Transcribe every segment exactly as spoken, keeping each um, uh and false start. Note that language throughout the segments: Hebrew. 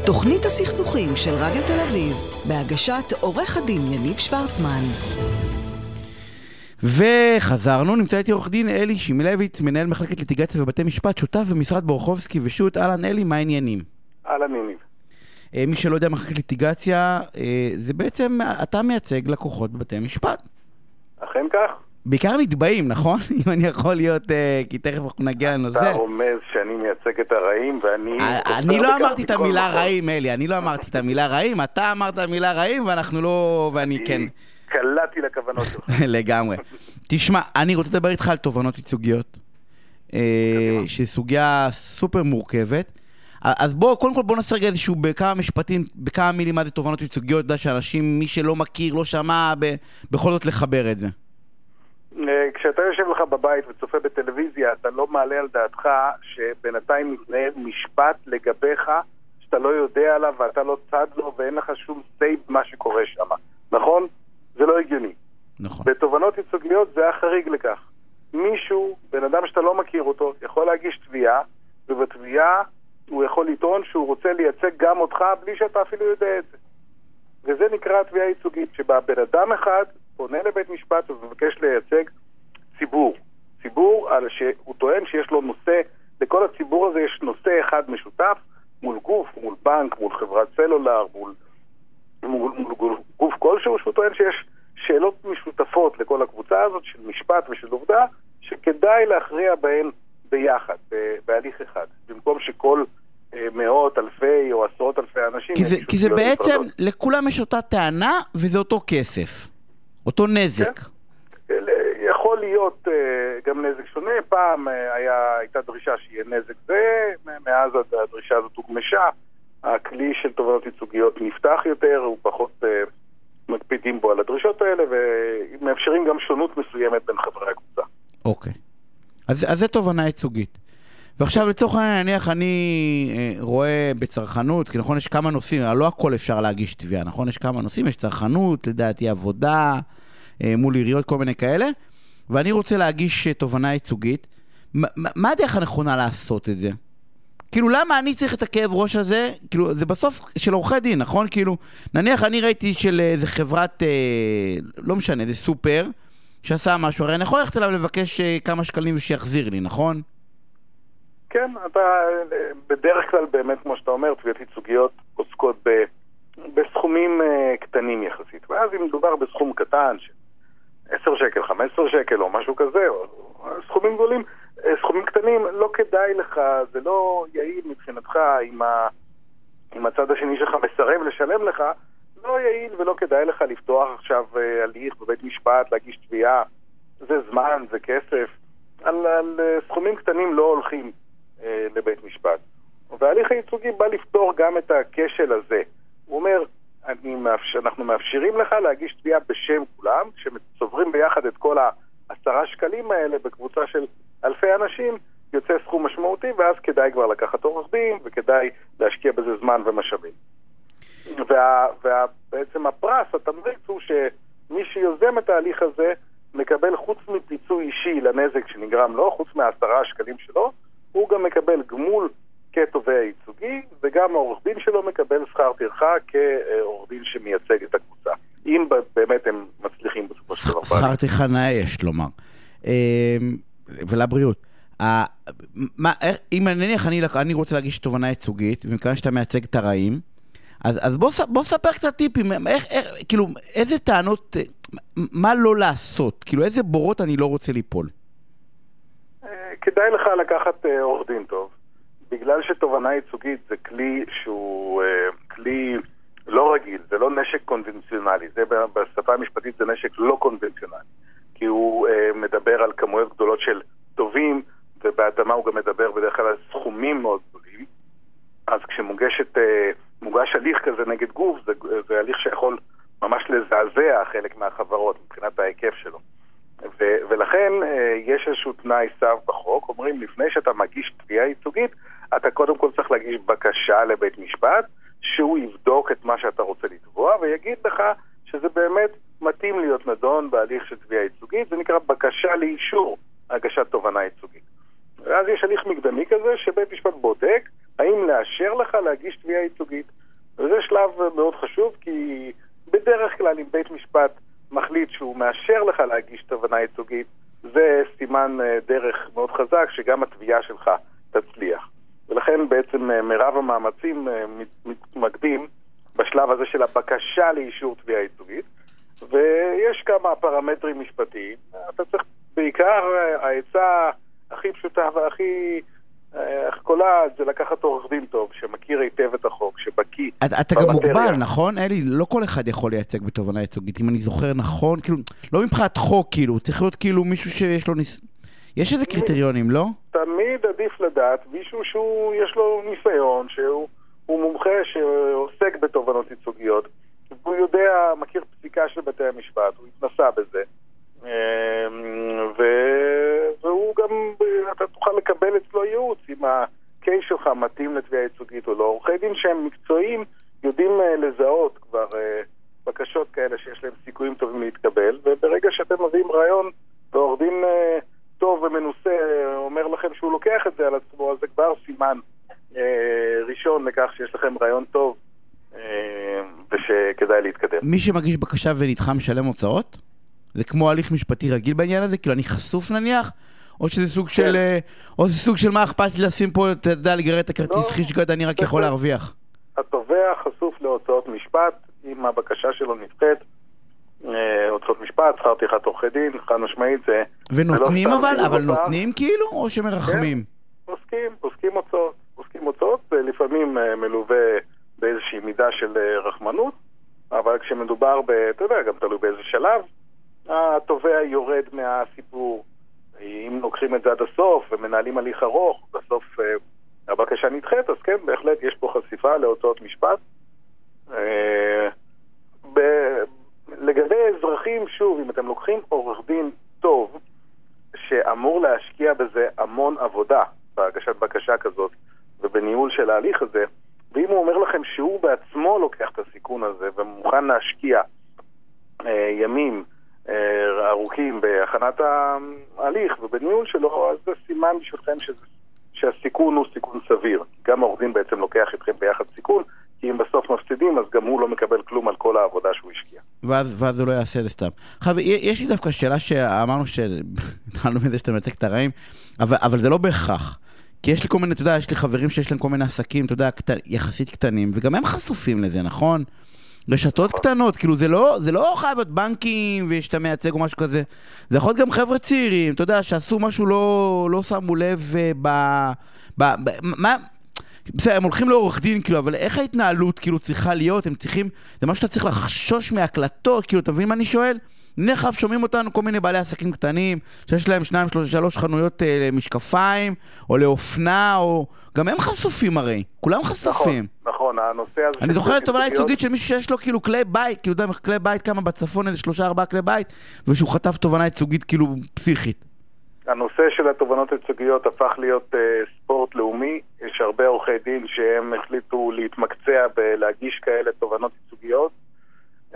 תוכנית הסכסוכים של רדיו תל אביב, בהגשת עורך הדין יניב שוורצמן. וחזרנו, נמצא איתי עורך דין אלי שימלביץ, מנהל מחלקת ליטיגציה ובתי משפט, שותף במשרד בורחובסקי ושות. אהלן אלי, מה העניינים? אהלן יניב. מי שלא יודע מחלקת ליטיגציה, זה בעצם אתה מייצג לקוחות בבתי משפט. אכן כך? בעיקר נתבעים, נכון? אם אני יכול להיות, כי תכף אנחנו נגיע לנושא. אתה רומז שאני מייצג את הרעים, ואני... אני לא אמרתי את המילה רעים, אלי, אני לא אמרתי את המילה רעים, אתה אמרת המילה רעים, ואנחנו לא... ואני כן... קלעתי לכוונות שלך. לגמרי. תשמע, אני רוצה לדבר איתך על תובנות ייצוגיות, שסוגיה סופר מורכבת. אז בוא, קודם כל בוא נעשה רגע איזשהו בכמה משפטים, בכמה מילים מה זה תובנות ייצוגיות, יודע שאנשים, מי שלא מכיר, לא שמע, בכל זאת לחבר את זה. כשאתה יושב לך בבית וצופה בטלוויזיה, אתה לא מעלה על דעתך שבינתיים מתנהל משפט לגביך, שאתה לא יודע עליו ואתה לא צד לו ואין לך שום סייב מה שקורה שם. נכון? זה לא הגיוני. נכון. בתובנות ייצוגיות זה החריג לכך. מישהו, בן אדם שאתה לא מכיר אותו, יכול להגיש תביעה, ובתביעה הוא יכול לטעון שהוא רוצה לייצג גם אותך בלי שאתה אפילו יודע את זה. וזה נקרא תביעה ייצוגית, שבה בן אדם אחד פונה לבית משפט ומבקש לייצג ציבור. ציבור על שהוא טוען שיש לו נושא, לכל הציבור הזה יש נושא אחד משותף, מול גוף, מול בנק, מול חברת סלולר, מול, מול, מול גוף, גוף כלשהו, שהוא טוען שיש שאלות משותפות לכל הקבוצה הזאת של משפט ושל עובדה, שכדאי להכריע בהן ביחד, בהליך אחד, במקום שכל מאות אלפי או עשרות אלפי אנשים... כי זה, כי זה בעצם, נפרדות. לכולם יש אותה טענה, וזה אותו כסף, אותו נזק. כן? יכול להיות גם נזק שונה. פעם היה, הייתה דרישה שיהיה נזק זה, מאז הדרישה הזאת הוגמשה, הכלי של תובנות ייצוגיות נפתח יותר, הוא פחות מקפידים בו על הדרישות האלה, ומאפשרים גם שונות מסוימת בין חברי הקבוצה. אוקיי. אז, אז זה תובנה ייצוגית. ועכשיו לצורך העניין, נניח אני אה, רואה בצרכנות, כי נכון יש כמה נושאים, לא הכל אפשר להגיש תביעה, נכון? יש כמה נושאים, יש צרכנות, לדעתי עבודה, אה, מול עיריות, כל מיני כאלה, ואני רוצה להגיש אה, תובנה ייצוגית. מה, מה הדרך הנכונה לעשות את זה? כאילו, למה אני צריך את הכאב ראש הזה? כאילו, זה בסוף של עורכי דין, נכון? כאילו, נניח אני ראיתי של איזה חברת, אה, לא משנה, זה סופר, שעשה משהו, הרי אני יכול ללכת אליו לבקש אה, כמה שקלים ושיחזיר לי, נכון? כן, אתה בדרך כלל באמת, כמו שאתה אומר, תביעות ייצוגיות עוסקות ב, בסכומים uh, קטנים יחסית. ואז אם מדובר בסכום קטן, של עשר שקל, חמש עשרה שקל או משהו כזה, או, או סכומים גדולים, סכומים קטנים, לא כדאי לך, זה לא יעיל מבחינתך, אם, ה, אם הצד השני שלך מסרב לשלם לך, לא יעיל ולא כדאי לך לפתוח עכשיו uh, הליך בבית משפט, להגיש תביעה, זה זמן, זה כסף. על, על סכומים קטנים לא הולכים לבית משפט. וההליך הייצוגי בא לפתור גם את הכשל הזה. הוא אומר, אני מאפשר, אנחנו מאפשרים לך להגיש תביעה בשם כולם, כשצוברים ביחד את כל העשרה שקלים האלה בקבוצה של אלפי אנשים, יוצא סכום משמעותי, ואז כדאי כבר לקחת עורך דין, וכדאי להשקיע בזה זמן ומשאבים. וה, וה, בעצם הפרס, התמריץ הוא שמי שיוזם את ההליך הזה, מקבל חוץ מפיצוי אישי לנזק שנגרם לו, חוץ מהעשרה שקלים שלו, הוא גם מקבל גמול כתובע ייצוגי, וגם העורך דין שלו מקבל שכר טרחה כעורך דין שמייצג את הקבוצה. אם באמת הם מצליחים בסופו של דבר. שכר טרחה נאה יש לומר. ולבריאות. אם נניח אני רוצה להגיש תובנה ייצוגית, ומכאן שאתה מייצג את הרעים, אז, אז בוא, בוא ספר קצת טיפים, איך, איך, כאילו, איזה טענות, מה לא לעשות? כאילו, איזה בורות אני לא רוצה ליפול? כדאי לך לקחת עורך דין טוב, בגלל שתובנה ייצוגית זה כלי שהוא כלי לא רגיל, זה לא נשק קונבנציונלי, זה בשפה המשפטית זה נשק לא קונבנציונלי, כי הוא מדבר על כמויות גדולות של טובים, ובהתאמה הוא גם מדבר בדרך כלל על סכומים מאוד גדולים, אז כשמוגשת מוגש הליך כזה נגד גוף, זה, זה הליך שיכול ממש לזעזע חלק מהחברות מבחינת ההיקף שלו. ו, ולכן יש איזשהו תנאי סף בחוק, אומרים לפני שאתה מגיש תביעה ייצוגית, אתה קודם כל צריך להגיש בקשה לבית משפט, שהוא יבדוק את מה שאתה רוצה לתבוע, ויגיד לך שזה באמת מתאים להיות נדון בהליך של תביעה ייצוגית, זה נקרא בקשה לאישור הגשת תובנה ייצוגית. ואז יש הליך מקדמי כזה שבית משפט בודק האם לאשר לך להגיש תביעה ייצוגית. מאפשר לך להגיש תובענה ייצוגית, זה סימן דרך מאוד חזק שגם התביעה שלך תצליח. ולכן בעצם מרב המאמצים מתמקדים בשלב הזה של הבקשה לאישור תביעה ייצוגית, ויש כמה פרמטרים משפטיים. אתה צריך בעיקר, העצה הכי פשוטה והכי קולעת זה לקחת עורך דין טוב, שמכיר היטב את החוק, שבקיא במטריה. אתה גם מוגבל, נכון? אלי, לא כל אחד יכול לייצג בתובענה ייצוגית, אם אני זוכר נכון, כאילו, לא מבחינת חוק, כאילו, צריך להיות כאילו מישהו שיש לו ניס... יש איזה קריטריונים, לא? תמיד עדיף לדעת, מישהו שיש לו ניסיון, שהוא מומחה שעוסק בתובענות ייצוגיות, הוא יודע, מכיר פסיקה של בתי המשפט, הוא התנסה בזה, והוא גם, אתה תוכל לקבל אצלו ייעוץ אם הקייס שלך מתאים לתביעה ייצוגית או לא. עורכי דין שהם מקצועיים יודעים לזהות כבר בקשות כאלה שיש להם סיכויים טובים להתקבל, וברגע שאתם מביאים רעיון ועורך דין טוב ומנוסה אומר לכם שהוא לוקח את זה על עצמו, אז זה כבר סימן ראשון לכך שיש לכם רעיון טוב ושכדאי להתקדם. מי שמגיש בקשה ונדחה משלם הוצאות? זה כמו הליך משפטי רגיל בעניין הזה? כאילו אני חשוף נניח? או שזה סוג של, או זה סוג של מה אכפת לי לשים פה, אתה יודע, לגרד את הכרטיס חישגת, אני רק יכול להרוויח. התובע חשוף להוצאות משפט, אם הבקשה שלו נדחית, הוצאות משפט, שכר טרחת עורכי דין, חד משמעית זה... ונותנים אבל? אבל נותנים כאילו? או שמרחמים? פוסקים, פוסקים הוצאות. פוסקים הוצאות, לפעמים מלווה באיזושהי מידה של רחמנות, אבל כשמדובר, אתה יודע, גם תלוי באיזה שלב, התובע יורד מהסיפור. אם לוקחים את זה עד הסוף ומנהלים הליך ארוך, בסוף הבקשה נדחית, אז כן, בהחלט יש פה חשיפה להוצאות משפט. לגבי אזרחים, שוב, אם אתם לוקחים עורך דין טוב, שאמור להשקיע בזה המון עבודה, בהגשת בקשה כזאת, ובניהול של ההליך הזה, ואם הוא אומר לכם שהוא בעצמו לוקח את הסיכון הזה, ומוכן להשקיע ימים, ארוכים בהכנת ההליך ובניהול שלו, אז זה סימן בשבילכם שהסיכון הוא סיכון סביר. גם העורך דין בעצם לוקח אתכם ביחד סיכון, כי אם בסוף מפסידים, אז גם הוא לא מקבל כלום על כל העבודה שהוא השקיע. ואז, ואז הוא לא יעשה זה סתם. עכשיו, יש לי דווקא שאלה שאמרנו שהתחלנו מזה שאתה מייצג את הרעים, אבל, אבל זה לא בהכרח. כי יש לי כל מיני, אתה יודע, יש לי חברים שיש להם כל מיני עסקים, אתה יודע, קט... יחסית קטנים, וגם הם חשופים לזה, נכון? רשתות קטנות, כאילו זה לא, זה לא חייב להיות בנקים ושאתה מייצג או משהו כזה. זה יכול להיות גם חבר'ה צעירים, אתה יודע, שעשו משהו לא, לא שמו לב ב... ב... ב... מה... בסדר, הם הולכים לעורך דין, כאילו, אבל איך ההתנהלות, כאילו, צריכה להיות? הם צריכים, זה משהו שאתה צריך לחשוש מהקלטות, כאילו, אתה מבין מה אני שואל? נחף, שומעים אותנו כל מיני בעלי עסקים קטנים, שיש להם שניים, שלוש, שלוש חנויות אה, למשקפיים, או לאופנה, או... גם הם חשופים הרי, כולם חשופים. נכון, נכון, הנושא הזה... אני זוכר את תובענה ייצוגית של מישהו שיש לו כאילו כלי בית, כאילו, אתה יודע, כלי בית כמה בצפון, איזה שלושה, ארבעה כלי בית, ושהוא חטף תובענה ייצוגית כאילו פסיכית. הנושא של התובענות ייצוגיות הפך להיות uh, ספורט לאומי. יש הרבה עורכי דין שהם החליטו להתמקצע בלהגיש כאלה תובענות ייצוגיות, uh,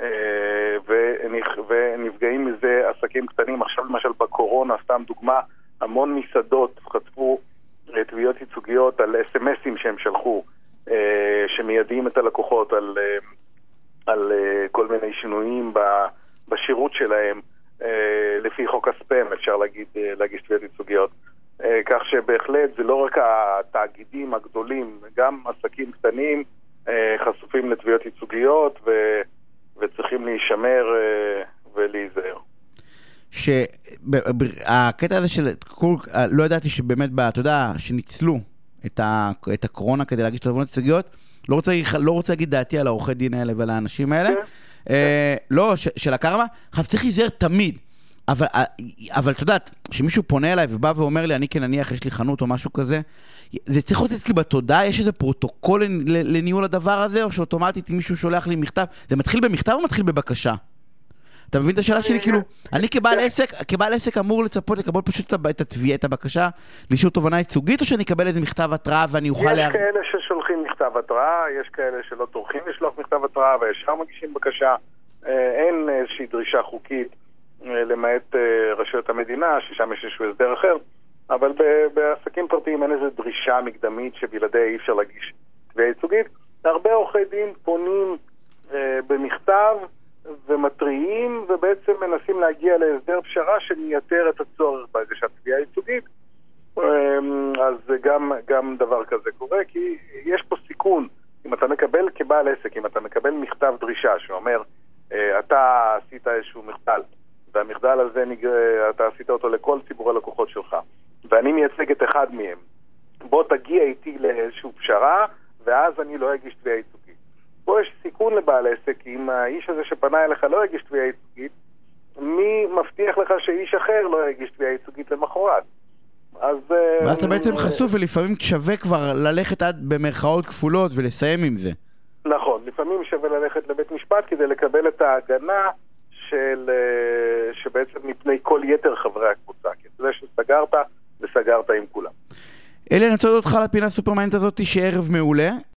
ונפגעים מזה עסקים קטנים. עכשיו למשל בקורונה, סתם דוגמה, המון מסעדות חטפו תביעות ייצוגיות על אס אם אסים שהם שלחו, uh, שמיידעים את הלקוחות על, uh, על uh, כל מיני שינויים בשירות שלהם. לפי חוק הספאם אפשר להגיד, להגיש תביעות ייצוגיות. כך שבהחלט זה לא רק התאגידים הגדולים, גם עסקים קטנים חשופים לתביעות ייצוגיות ו... וצריכים להישמר ולהיזהר. שהקטע הזה של, לא ידעתי שבאמת, אתה יודע, שניצלו את, ה... את הקורונה כדי להגיש תביעות ייצוגיות, לא רוצה, לא רוצה להגיד דעתי על העורכי דין האלה ועל האנשים האלה, לא, של הקרמה, עכשיו צריך להיזהר תמיד, אבל, אבל אתה יודעת, שמישהו פונה אליי ובא ואומר לי, אני כנניח, יש לי חנות או משהו כזה, זה צריך להיות אצלי בתודעה, יש איזה פרוטוקול לניהול הדבר הזה, או שאוטומטית אם מישהו שולח לי מכתב, זה מתחיל במכתב או מתחיל בבקשה? אתה מבין את השאלה שלי? כאילו, אני כבעל עסק, כבעל עסק אמור לצפות לקבל פשוט את התביעה, את הבקשה לאישור תובענה ייצוגית, או שאני אקבל איזה מכתב התראה ואני אוכל... יש כאלה ששולחים מכתב התראה, יש כאלה שלא טורחים לשלוח מכתב התראה, וישר מגישים בקשה. אין איזושהי דרישה חוקית, למעט רשויות המדינה, ששם יש איזשהו הסדר אחר, אבל בעסקים פרטיים אין איזו דרישה מקדמית שבלעדיה אי אפשר להגיש תביעה ייצוגית. הרבה עורכי דין פונים במכתב, ומטריעים, ובעצם מנסים להגיע כבעל עסק, אם אתה מקבל מכתב דרישה שאומר, אתה עשית איזשהו מחדל, והמחדל הזה אתה עשית אותו לכל ציבור הלקוחות שלך, ואני מייצג את אחד מהם, בוא תגיע איתי לאיזשהו פשרה, ואז אני לא אגיש תביעה ייצוגית. פה יש סיכון לבעל עסק, אם האיש הזה שפנה אליך לא יגיש תביעה ייצוגית, מי מבטיח לך שאיש אחר לא יגיש תביעה ייצוגית למחרת? אז... ואז אתה בעצם חשוף, ולפעמים שווה כבר ללכת עד במרכאות כפולות ולסיים עם זה. נכון, לפעמים שווה ללכת לבית משפט כדי לקבל את ההגנה של... שבעצם מפני כל יתר חברי הקבוצה. כי זה שסגרת, וסגרת עם כולם. אלי, אני רוצה לדעת אותך לפינה הסופרמנט הזאת, שערב מעולה.